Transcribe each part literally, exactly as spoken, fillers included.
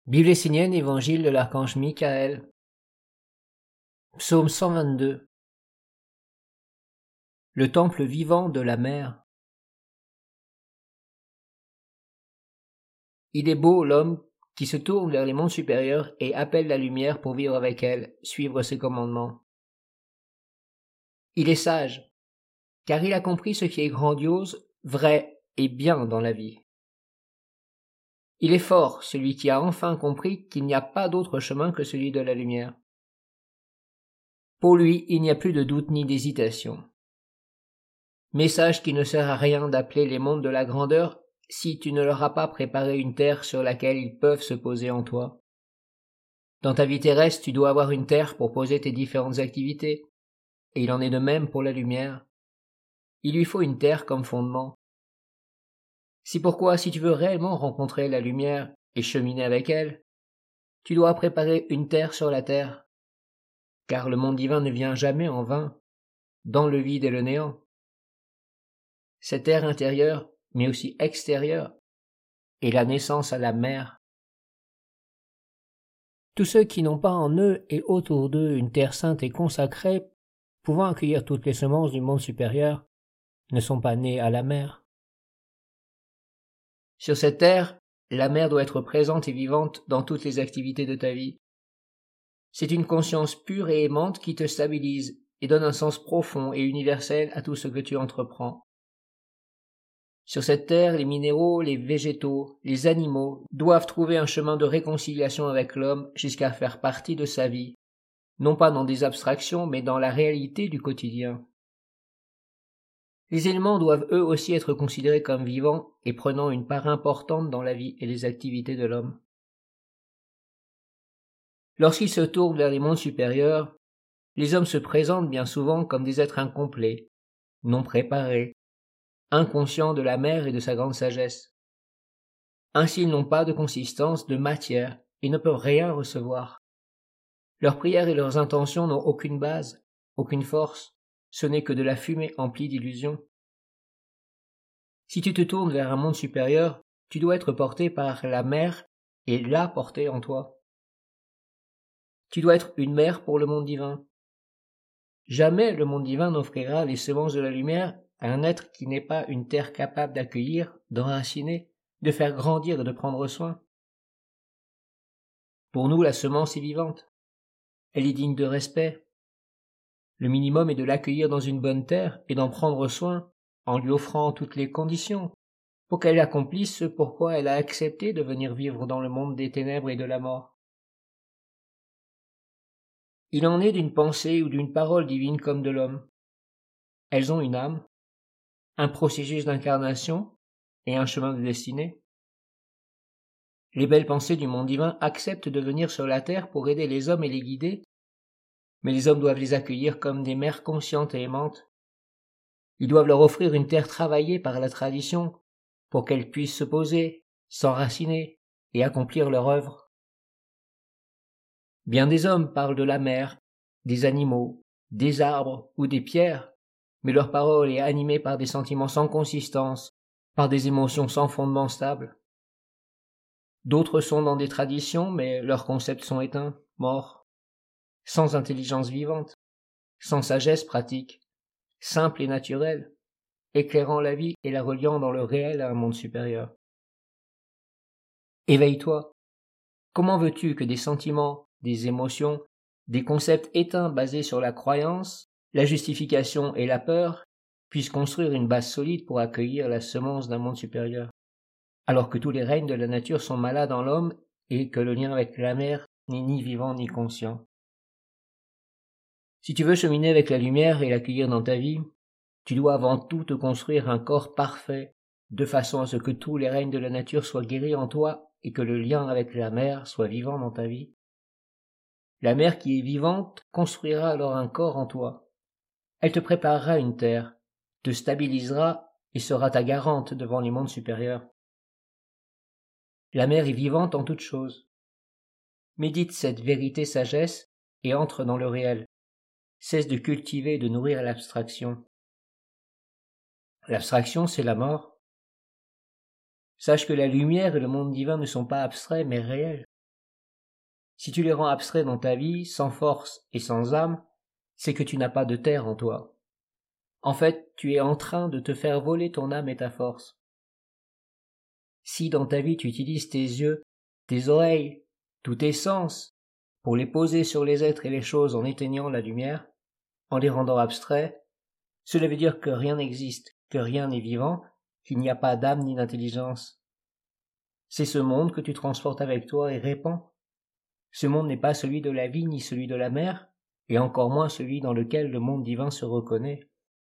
Bible essénienne, Évangile de l'archange Michael. Psaume cent vingt-deux. Le temple vivant de la mer. Il est beau l'homme qui se tourne vers les mondes supérieurs et appelle la lumière pour vivre avec elle, suivre ses commandements. Il est sage, car il a compris ce qui est grandiose, vrai et bien dans la vie. Il est fort, celui qui a enfin compris qu'il n'y a pas d'autre chemin que celui de la lumière. Pour lui, il n'y a plus de doute ni d'hésitation. Message qui ne sert à rien d'appeler les mondes de la grandeur si tu ne leur as pas préparé une terre sur laquelle ils peuvent se poser en toi. Dans ta vie terrestre, tu dois avoir une terre pour poser tes différentes activités, et il en est de même pour la lumière. Il lui faut une terre comme fondement. C'est pourquoi, si tu veux réellement rencontrer la lumière et cheminer avec elle, tu dois préparer une terre sur la terre, car le monde divin ne vient jamais en vain, dans le vide et le néant. Cette terre intérieure, mais aussi extérieure, est la naissance à la mer. Tous ceux qui n'ont pas en eux et autour d'eux une terre sainte et consacrée, pouvant accueillir toutes les semences du monde supérieur, ne sont pas nés à la mer. Sur cette terre, la mer doit être présente et vivante dans toutes les activités de ta vie. C'est une conscience pure et aimante qui te stabilise et donne un sens profond et universel à tout ce que tu entreprends. Sur cette terre, les minéraux, les végétaux, les animaux doivent trouver un chemin de réconciliation avec l'homme jusqu'à faire partie de sa vie, non pas dans des abstractions, mais dans la réalité du quotidien. Les éléments doivent eux aussi être considérés comme vivants et prenant une part importante dans la vie et les activités de l'homme. Lorsqu'ils se tournent vers les mondes supérieurs, les hommes se présentent bien souvent comme des êtres incomplets, non préparés, inconscients de la mer et de sa grande sagesse. Ainsi ils n'ont pas de consistance, de matière, et ne peuvent rien recevoir. Leurs prières et leurs intentions n'ont aucune base, aucune force, ce n'est que de la fumée emplie d'illusions. Si tu te tournes vers un monde supérieur, tu dois être porté par la mer et la porter en toi. Tu dois être une mer pour le monde divin. Jamais le monde divin n'offrira les semences de la lumière à un être qui n'est pas une terre capable d'accueillir, d'enraciner, de faire grandir et de prendre soin. Pour nous, la semence est vivante. Elle est digne de respect. Le minimum est de l'accueillir dans une bonne terre et d'en prendre soin, en lui offrant toutes les conditions, pour qu'elle accomplisse ce pourquoi elle a accepté de venir vivre dans le monde des ténèbres et de la mort. Il en est d'une pensée ou d'une parole divine comme de l'homme. Elles ont une âme, un processus d'incarnation et un chemin de destinée. Les belles pensées du monde divin acceptent de venir sur la terre pour aider les hommes et les guider, mais les hommes doivent les accueillir comme des mères conscientes et aimantes. Ils doivent leur offrir une terre travaillée par la tradition pour qu'elles puissent se poser, s'enraciner et accomplir leur œuvre. Bien des hommes parlent de la mer, des animaux, des arbres ou des pierres, mais leur parole est animée par des sentiments sans consistance, par des émotions sans fondement stable. D'autres sont dans des traditions, mais leurs concepts sont éteints, morts, sans intelligence vivante, sans sagesse pratique, simple et naturelle, éclairant la vie et la reliant dans le réel à un monde supérieur. Éveille-toi. Comment veux-tu que des sentiments, des émotions, des concepts éteints basés sur la croyance, la justification et la peur puissent construire une base solide pour accueillir la semence d'un monde supérieur, alors que tous les règnes de la nature sont malades en l'homme et que le lien avec la mer n'est ni vivant ni conscient? Si tu veux cheminer avec la lumière et l'accueillir dans ta vie, tu dois avant tout te construire un corps parfait, de façon à ce que tous les règnes de la nature soient guéris en toi et que le lien avec la mer soit vivant dans ta vie. La mer qui est vivante construira alors un corps en toi. Elle te préparera une terre, te stabilisera et sera ta garante devant les mondes supérieurs. La mer est vivante en toutes choses. Médite cette vérité sagesse et entre dans le réel. Cesse de cultiver et de nourrir l'abstraction. L'abstraction, c'est la mort. Sache que la lumière et le monde divin ne sont pas abstraits mais réels. Si tu les rends abstraits dans ta vie, sans force et sans âme, c'est que tu n'as pas de terre en toi. En fait, tu es en train de te faire voler ton âme et ta force. Si dans ta vie tu utilises tes yeux, tes oreilles, tous tes sens, pour les poser sur les êtres et les choses en éteignant la lumière, en les rendant abstraits, cela veut dire que rien n'existe, que rien n'est vivant, qu'il n'y a pas d'âme ni d'intelligence. C'est ce monde que tu transportes avec toi et répands. Ce monde n'est pas celui de la vie ni celui de la mer, et encore moins celui dans lequel le monde divin se reconnaît.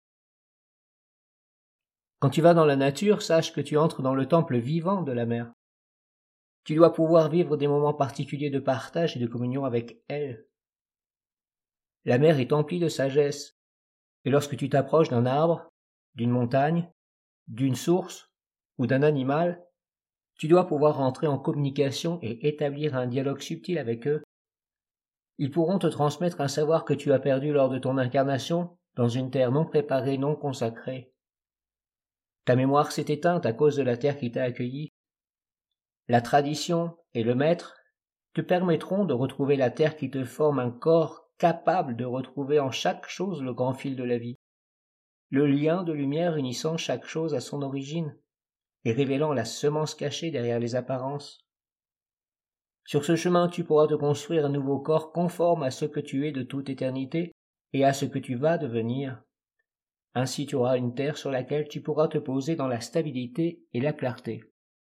Quand tu vas dans la nature, sache que tu entres dans le temple vivant de la mer. Tu dois pouvoir vivre des moments particuliers de partage et de communion avec elle. La mer est emplie de sagesse, et lorsque tu t'approches d'un arbre, d'une montagne, d'une source ou d'un animal, tu dois pouvoir entrer en communication et établir un dialogue subtil avec eux. Ils pourront te transmettre un savoir que tu as perdu lors de ton incarnation dans une terre non préparée, non consacrée. Ta mémoire s'est éteinte à cause de la terre qui t'a accueilli. La tradition et le maître te permettront de retrouver la terre qui te forme un corps capable de retrouver en chaque chose le grand fil de la vie, le lien de lumière unissant chaque chose à son origine et révélant la semence cachée derrière les apparences. Sur ce chemin, tu pourras te construire un nouveau corps conforme à ce que tu es de toute éternité et à ce que tu vas devenir. Ainsi tu auras une terre sur laquelle tu pourras te poser dans la stabilité et la clarté.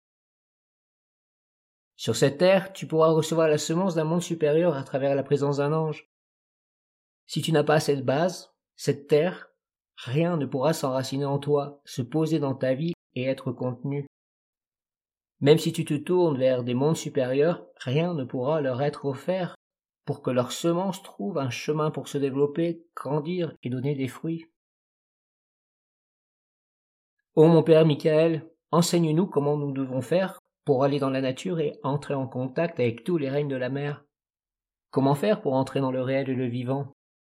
Sur cette terre, tu pourras recevoir la semence d'un monde supérieur à travers la présence d'un ange. Si tu n'as pas cette base, cette terre, rien ne pourra s'enraciner en toi, se poser dans ta vie et être contenu. Même si tu te tournes vers des mondes supérieurs, rien ne pourra leur être offert pour que leur semence trouve un chemin pour se développer, grandir et donner des fruits. Ô mon Père Michael, enseigne-nous comment nous devons faire pour aller dans la nature et entrer en contact avec tous les règnes de la mer. Comment faire pour entrer dans le réel et le vivant?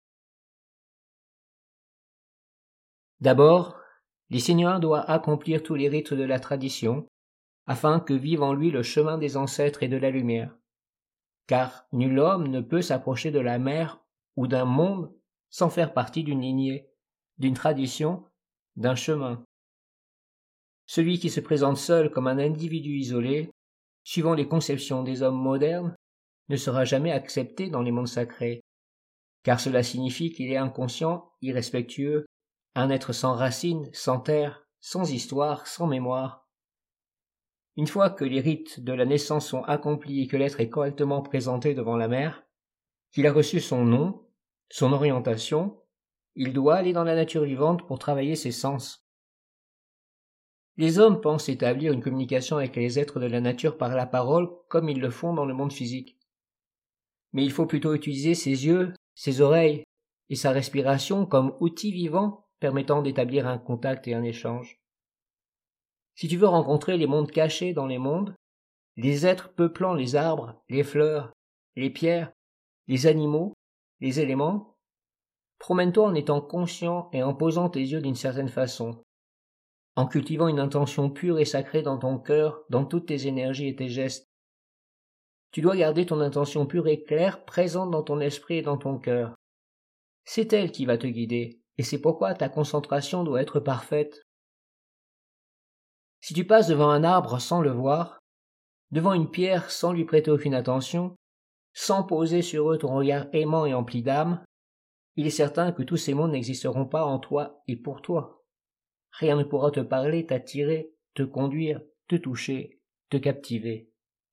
D'abord, l'enseignant doit accomplir tous les rites de la tradition, afin que vive en lui le chemin des ancêtres et de la lumière. Car nul homme ne peut s'approcher de la mer ou d'un monde sans faire partie d'une lignée, d'une tradition, d'un chemin. Celui qui se présente seul comme un individu isolé, suivant les conceptions des hommes modernes, ne sera jamais accepté dans les mondes sacrés, car cela signifie qu'il est inconscient, irrespectueux, un être sans racines, sans terre, sans histoire, sans mémoire. Une fois que les rites de la naissance sont accomplis et que l'être est correctement présenté devant la mère, qu'il a reçu son nom, son orientation, il doit aller dans la nature vivante pour travailler ses sens. Les hommes pensent établir une communication avec les êtres de la nature par la parole comme ils le font dans le monde physique. Mais il faut plutôt utiliser ses yeux, ses oreilles et sa respiration comme outils vivants permettant d'établir un contact et un échange. Si tu veux rencontrer les mondes cachés dans les mondes, les êtres peuplant les arbres, les fleurs, les pierres, les animaux, les éléments, promène-toi en étant conscient et en posant tes yeux d'une certaine façon, en cultivant une intention pure et sacrée dans ton cœur, dans toutes tes énergies et tes gestes. Tu dois garder ton intention pure et claire présente dans ton esprit et dans ton cœur. C'est elle qui va te guider, et c'est pourquoi ta concentration doit être parfaite. Si tu passes devant un arbre sans le voir, devant une pierre sans lui prêter aucune attention, sans poser sur eux ton regard aimant et empli d'âme, il est certain que tous ces mondes n'existeront pas en toi et pour toi. Rien ne pourra te parler, t'attirer, te conduire, te toucher, te captiver.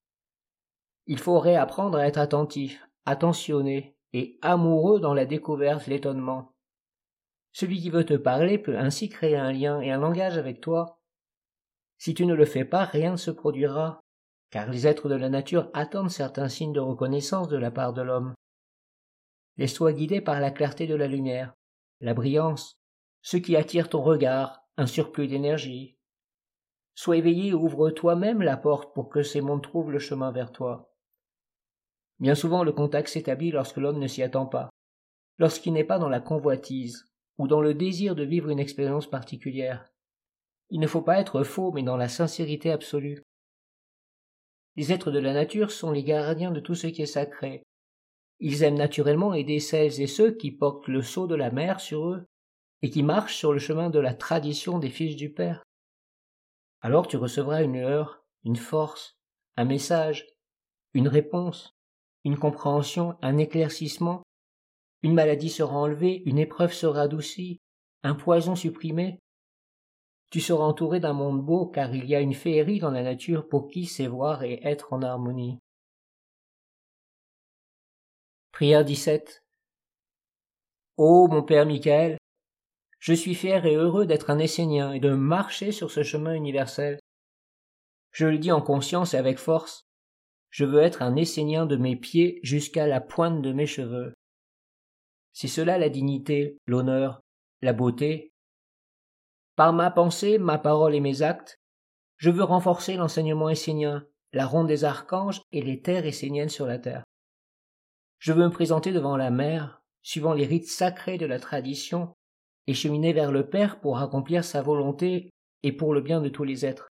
Il faut réapprendre à être attentif, attentionné et amoureux dans la découverte, l'étonnement. Celui qui veut te parler peut ainsi créer un lien et un langage avec toi. Si tu ne le fais pas, rien ne se produira, car les êtres de la nature attendent certains signes de reconnaissance de la part de l'homme. Laisse-toi guider par la clarté de la lumière, la brillance, ce qui attire ton regard, un surplus d'énergie. Sois éveillé et ouvre toi-même la porte pour que ces mondes trouvent le chemin vers toi. Bien souvent, le contact s'établit lorsque l'homme ne s'y attend pas, lorsqu'il n'est pas dans la convoitise ou dans le désir de vivre une expérience particulière. Il ne faut pas être faux, mais dans la sincérité absolue. Les êtres de la nature sont les gardiens de tout ce qui est sacré. Ils aiment naturellement aider celles et ceux qui portent le sceau de la mère sur eux et qui marchent sur le chemin de la tradition des fils du Père. Alors tu recevras une lueur, une force, un message, une réponse, une compréhension, un éclaircissement. Une maladie sera enlevée, une épreuve sera adoucie, un poison supprimé. Tu seras entouré d'un monde beau, car il y a une féerie dans la nature pour qui sait voir et être en harmonie. Prière dix-sept. Ô mon Père Michael, je suis fier et heureux d'être un Essénien et de marcher sur ce chemin universel. Je le dis en conscience et avec force, je veux être un Essénien de mes pieds jusqu'à la pointe de mes cheveux. C'est cela la dignité, l'honneur, la beauté. Par ma pensée, ma parole et mes actes, je veux renforcer l'enseignement essénien, la ronde des archanges et les terres esséniennes sur la terre. Je veux me présenter devant la mer, suivant les rites sacrés de la tradition, et cheminer vers le Père pour accomplir sa volonté et pour le bien de tous les êtres.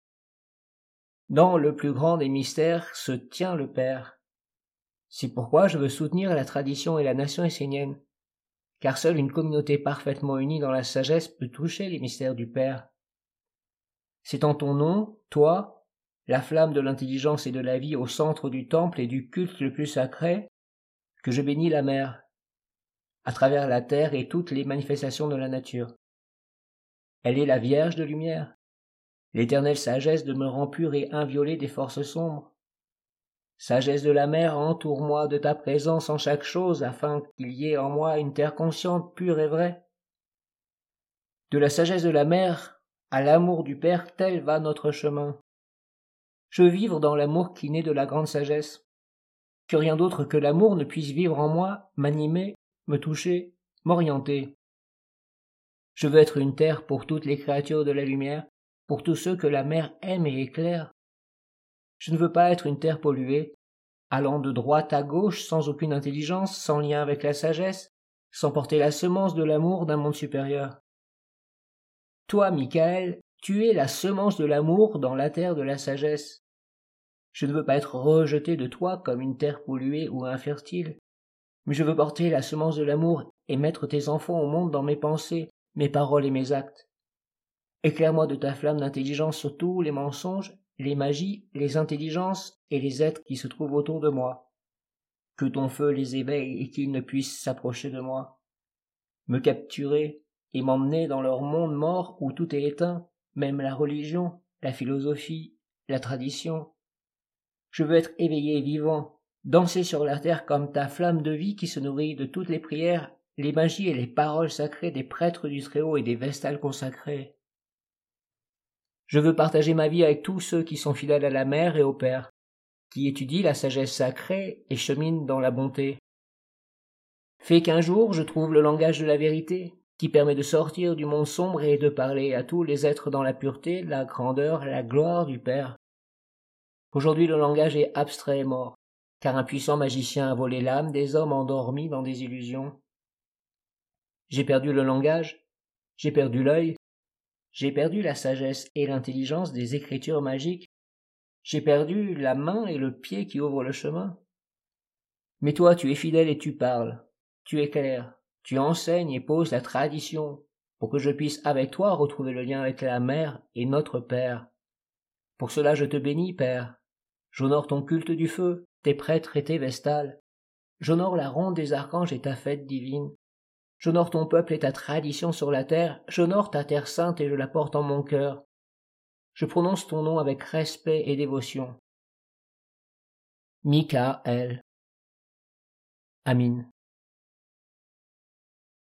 Dans le plus grand des mystères se tient le Père. C'est pourquoi je veux soutenir la tradition et la nation essénienne, car seule une communauté parfaitement unie dans la sagesse peut toucher les mystères du Père. C'est en ton nom, toi, la flamme de l'intelligence et de la vie au centre du temple et du culte le plus sacré, que je bénis la mer, à travers la terre et toutes les manifestations de la nature. Elle est la Vierge de lumière. L'éternelle sagesse demeurant pure et inviolée des forces sombres. Sagesse de la mer, entoure-moi de ta présence en chaque chose, afin qu'il y ait en moi une terre consciente, pure et vraie. De la sagesse de la mer à l'amour du Père, tel va notre chemin. Je veux vivre dans l'amour qui naît de la grande sagesse. Que rien d'autre que l'amour ne puisse vivre en moi, m'animer, me toucher, m'orienter. Je veux être une terre pour toutes les créatures de la lumière, pour tous ceux que la mer aime et éclaire. Je ne veux pas être une terre polluée, allant de droite à gauche sans aucune intelligence, sans lien avec la sagesse, sans porter la semence de l'amour d'un monde supérieur. Toi, Michael, tu es la semence de l'amour dans la terre de la sagesse. Je ne veux pas être rejeté de toi comme une terre polluée ou infertile, mais je veux porter la semence de l'amour et mettre tes enfants au monde dans mes pensées, mes paroles et mes actes. Éclaire-moi de ta flamme d'intelligence sur tous les mensonges, les magies, les intelligences et les êtres qui se trouvent autour de moi. Que ton feu les éveille et qu'ils ne puissent s'approcher de moi. Me capturer et m'emmener dans leur monde mort où tout est éteint, même la religion, la philosophie, la tradition. Je veux être éveillé et vivant, danser sur la terre comme ta flamme de vie qui se nourrit de toutes les prières, les magies et les paroles sacrées des prêtres du Très-Haut et des vestales consacrés. Je veux partager ma vie avec tous ceux qui sont fidèles à la mère et au Père, qui étudient la sagesse sacrée et cheminent dans la bonté. Fais qu'un jour je trouve le langage de la vérité, qui permet de sortir du monde sombre et de parler à tous les êtres dans la pureté, la grandeur, la gloire du Père. Aujourd'hui le langage est abstrait et mort, car un puissant magicien a volé l'âme des hommes endormis dans des illusions. J'ai perdu le langage, j'ai perdu l'œil, j'ai perdu la sagesse et l'intelligence des écritures magiques, j'ai perdu la main et le pied qui ouvrent le chemin. Mais toi tu es fidèle et tu parles, tu éclaires, tu enseignes et poses la tradition, pour que je puisse avec toi retrouver le lien avec la mère et notre Père. Pour cela je te bénis, Père. J'honore ton culte du feu, tes prêtres et tes vestales. J'honore la ronde des archanges et ta fête divine. J'honore ton peuple et ta tradition sur la terre. J'honore ta terre sainte et je la porte en mon cœur. Je prononce ton nom avec respect et dévotion. Michael. Amin.